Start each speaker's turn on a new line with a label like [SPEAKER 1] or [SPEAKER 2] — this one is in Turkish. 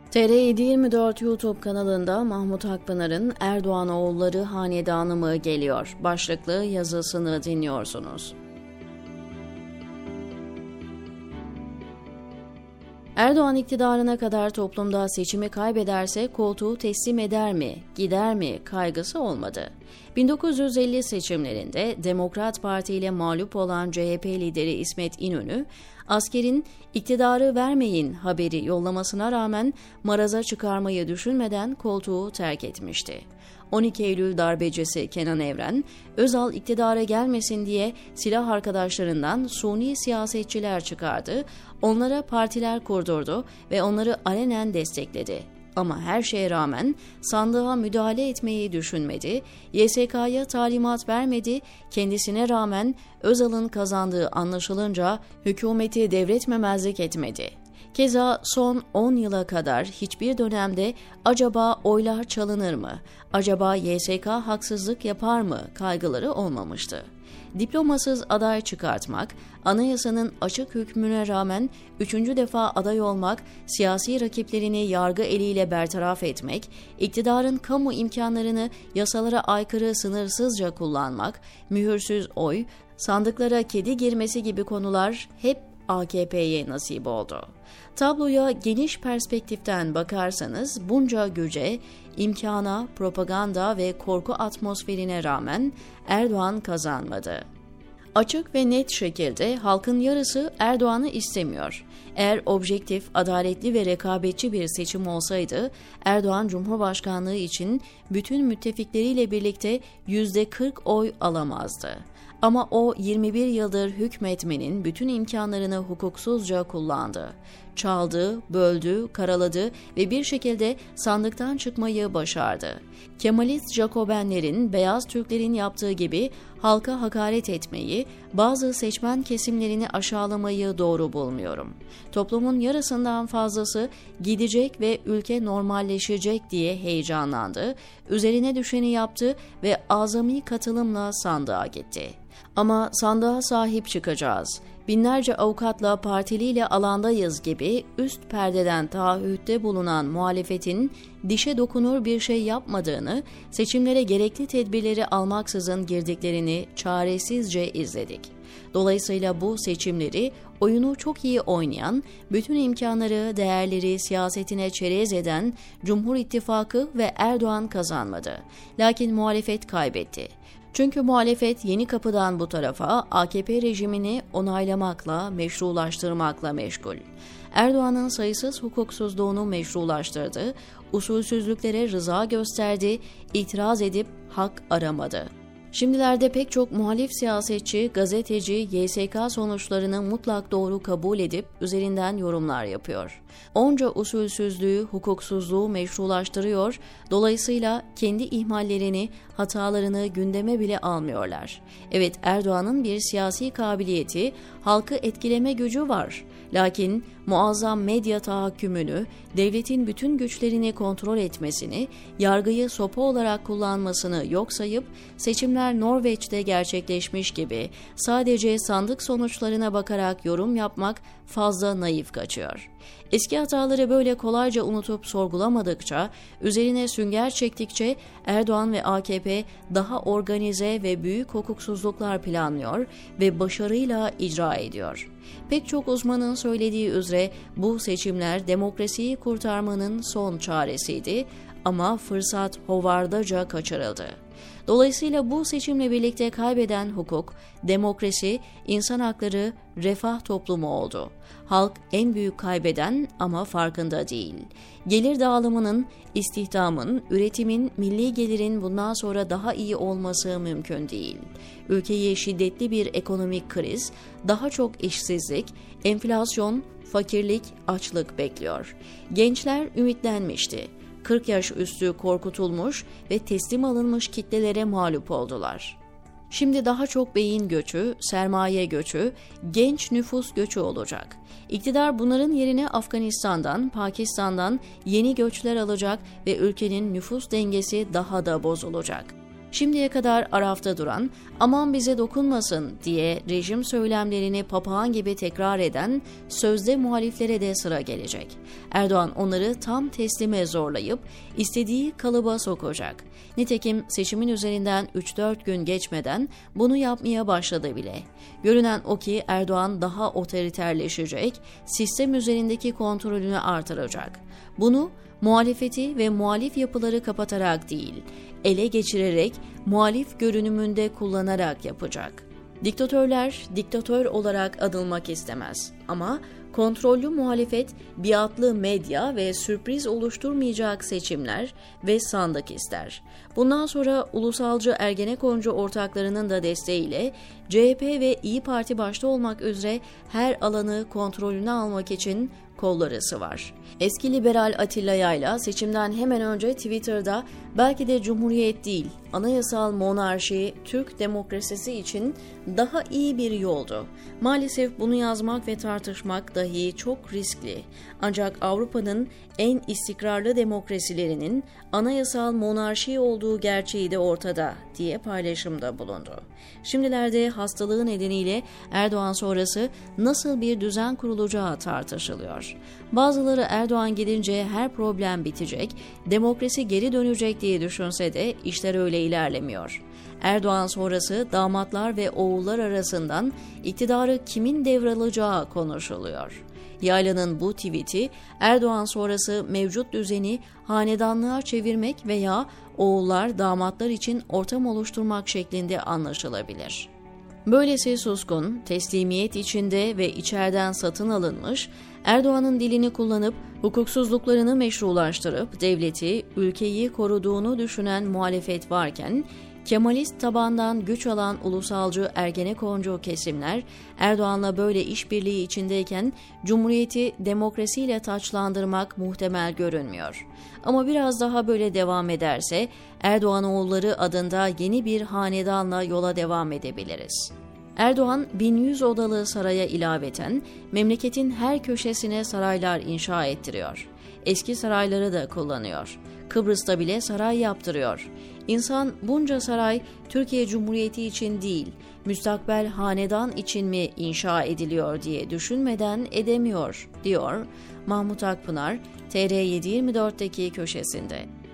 [SPEAKER 1] TR724 YouTube kanalında Mahmut Akpınar'ın Erdoğan oğulları hanedanı mı geliyor başlıklı yazısını dinliyorsunuz. Erdoğan iktidarına kadar toplumda seçimi kaybederse koltuğu teslim eder mi, gider mi kaygısı olmadı. 1950 seçimlerinde Demokrat Parti ile mağlup olan CHP lideri İsmet İnönü, askerin iktidarı vermeyin haberi yollamasına rağmen maraza çıkarmayı düşünmeden koltuğu terk etmişti. 12 Eylül darbecisi Kenan Evren, Özal iktidara gelmesin diye silah arkadaşlarından suni siyasetçiler çıkardı, onlara partiler kurdurdu ve onları alenen destekledi. Ama her şeye rağmen sandığa müdahale etmeyi düşünmedi, YSK'ya talimat vermedi, kendisine rağmen Özal'ın kazandığı anlaşılınca hükümeti devretmemezlik etmedi. Keza son 10 yıla kadar hiçbir dönemde acaba oylar çalınır mı, acaba YSK haksızlık yapar mı kaygıları olmamıştı. Diplomasız aday çıkartmak, anayasanın açık hükmüne rağmen 3. defa aday olmak, siyasi rakiplerini yargı eliyle bertaraf etmek, iktidarın kamu imkanlarını yasalara aykırı sınırsızca kullanmak, mühürsüz oy, sandıklara kedi girmesi gibi konular hep AKP'ye nasip oldu. Tabloya geniş perspektiften bakarsanız bunca güce, imkana, propaganda ve korku atmosferine rağmen Erdoğan kazanmadı. Açık ve net şekilde halkın yarısı Erdoğan'ı istemiyor. Eğer objektif, adaletli ve rekabetçi bir seçim olsaydı, Erdoğan Cumhurbaşkanlığı için bütün müttefikleriyle birlikte %40 oy alamazdı. Ama o 21 yıldır hükmetmenin bütün imkanlarını hukuksuzca kullandı. Çaldı, böldü, karaladı ve bir şekilde sandıktan çıkmayı başardı. Kemalist Jacobenlerin, beyaz Türklerin yaptığı gibi halka hakaret etmeyi, bazı seçmen kesimlerini aşağılamayı doğru bulmuyorum. Toplumun yarısından fazlası gidecek ve ülke normalleşecek diye heyecanlandı, üzerine düşeni yaptı ve azami katılımla sandığa gitti. Ama sandığa sahip çıkacağız, binlerce avukatla partiliyle alandayız gibi üst perdeden taahhütte bulunan muhalefetin dişe dokunur bir şey yapmadığını, seçimlere gerekli tedbirleri almaksızın girdiklerini çaresizce izledik. Dolayısıyla bu seçimleri oyunu çok iyi oynayan, bütün imkanları, değerleri siyasetine çerez eden Cumhur İttifakı ve Erdoğan kazanmadı. Lakin muhalefet kaybetti. Çünkü muhalefet yeni kapıdan bu tarafa AKP rejimini onaylamakla, meşrulaştırmakla meşgul. Erdoğan'ın sayısız hukuksuzluğunu meşrulaştırdı, usulsüzlüklere rıza gösterdi, itiraz edip hak aramadı. Şimdilerde pek çok muhalif siyasetçi, gazeteci, YSK sonuçlarını mutlak doğru kabul edip üzerinden yorumlar yapıyor. Onca usulsüzlüğü, hukuksuzluğu meşrulaştırıyor, dolayısıyla kendi ihmallerini, hatalarını gündeme bile almıyorlar. Evet, Erdoğan'ın bir siyasi kabiliyeti, halkı etkileme gücü var. Lakin muazzam medya tahakkümünü, devletin bütün güçlerini kontrol etmesini, yargıyı sopa olarak kullanmasını yok sayıp, seçimler Norveç'te gerçekleşmiş gibi sadece sandık sonuçlarına bakarak yorum yapmak fazla naif kaçıyor. Eski hataları böyle kolayca unutup sorgulamadıkça, üzerine sünger çektikçe Erdoğan ve AKP daha organize ve büyük hukuksuzluklar planlıyor ve başarıyla icra ediyor. Pek çok uzmanın söylediği üzere bu seçimler demokrasiyi kurtarmanın son çaresiydi ama fırsat hovardaca kaçırıldı. Dolayısıyla bu seçimle birlikte kaybeden hukuk, demokrasi, insan hakları, refah toplumu oldu. Halk en büyük kaybeden ama farkında değil. Gelir dağılımının, istihdamın, üretimin, milli gelirin bundan sonra daha iyi olması mümkün değil. Ülkeyi şiddetli bir ekonomik kriz, daha çok işsizlik, enflasyon, fakirlik, açlık bekliyor. Gençler ümitlenmişti. 40 yaş üstü korkutulmuş ve teslim alınmış kitlelere mağlup oldular. Şimdi daha çok beyin göçü, sermaye göçü, genç nüfus göçü olacak. İktidar bunların yerine Afganistan'dan, Pakistan'dan yeni göçler alacak ve ülkenin nüfus dengesi daha da bozulacak. Şimdiye kadar arafta duran, aman bize dokunmasın diye rejim söylemlerini papağan gibi tekrar eden sözde muhaliflere de sıra gelecek. Erdoğan onları tam teslime zorlayıp istediği kalıba sokacak. Nitekim seçimin üzerinden 3-4 gün geçmeden bunu yapmaya başladı bile. Görünen o ki Erdoğan daha otoriterleşecek, sistem üzerindeki kontrolünü artıracak. Bunu muhalefeti ve muhalif yapıları kapatarak değil, ele geçirerek, muhalif görünümünde kullanarak yapacak. Diktatörler diktatör olarak anılmak istemez ama kontrollü muhalefet, biatlı medya ve sürpriz oluşturmayacak seçimler ve sandık ister. Bundan sonra ulusalcı Ergenekoncu ortaklarının da desteğiyle CHP ve İYİ Parti başta olmak üzere her alanı kontrolüne almak için kolları sıvar. Eski liberal Atilla Yayla seçimden hemen önce Twitter'da belki de Cumhuriyet değil, anayasal monarşi, Türk demokrasisi için daha iyi bir yoldu. Maalesef bunu yazmak ve tartışmak dahi çok riskli. Ancak Avrupa'nın en istikrarlı demokrasilerinin anayasal monarşi olduğu gerçeği de ortada diye paylaşımda bulundu. Şimdilerde hastalığı nedeniyle Erdoğan sonrası nasıl bir düzen kurulacağı tartışılıyor. Bazıları Erdoğan gidince her problem bitecek, demokrasi geri dönecek diye düşünse de işler öyle ilerlemiyor. Erdoğan sonrası damatlar ve oğullar arasından iktidarı kimin devralacağı konuşuluyor. Yayla'nın bu tweet'i Erdoğan sonrası mevcut düzeni hanedanlığa çevirmek veya oğullar damatlar için ortam oluşturmak şeklinde anlaşılabilir. Böylesi suskun, teslimiyet içinde ve içeriden satın alınmış, Erdoğan'ın dilini kullanıp hukuksuzluklarını meşrulaştırıp devleti, ülkeyi koruduğunu düşünen muhalefet varken, Kemalist tabandan güç alan ulusalcı Ergenekoncu kesimler Erdoğan'la böyle işbirliği içindeyken Cumhuriyeti demokrasiyle taçlandırmak muhtemel görünmüyor. Ama biraz daha böyle devam ederse Erdoğan oğulları adında yeni bir hanedanla yola devam edebiliriz. Erdoğan 1100 odalı saraya ilaveten memleketin her köşesine saraylar inşa ettiriyor. Eski sarayları da kullanıyor. Kıbrıs'ta bile saray yaptırıyor. İnsan bunca saray Türkiye Cumhuriyeti için değil, müstakbel hanedan için mi inşa ediliyor diye düşünmeden edemiyor, diyor Mahmut Akpınar, TR724'deki köşesinde.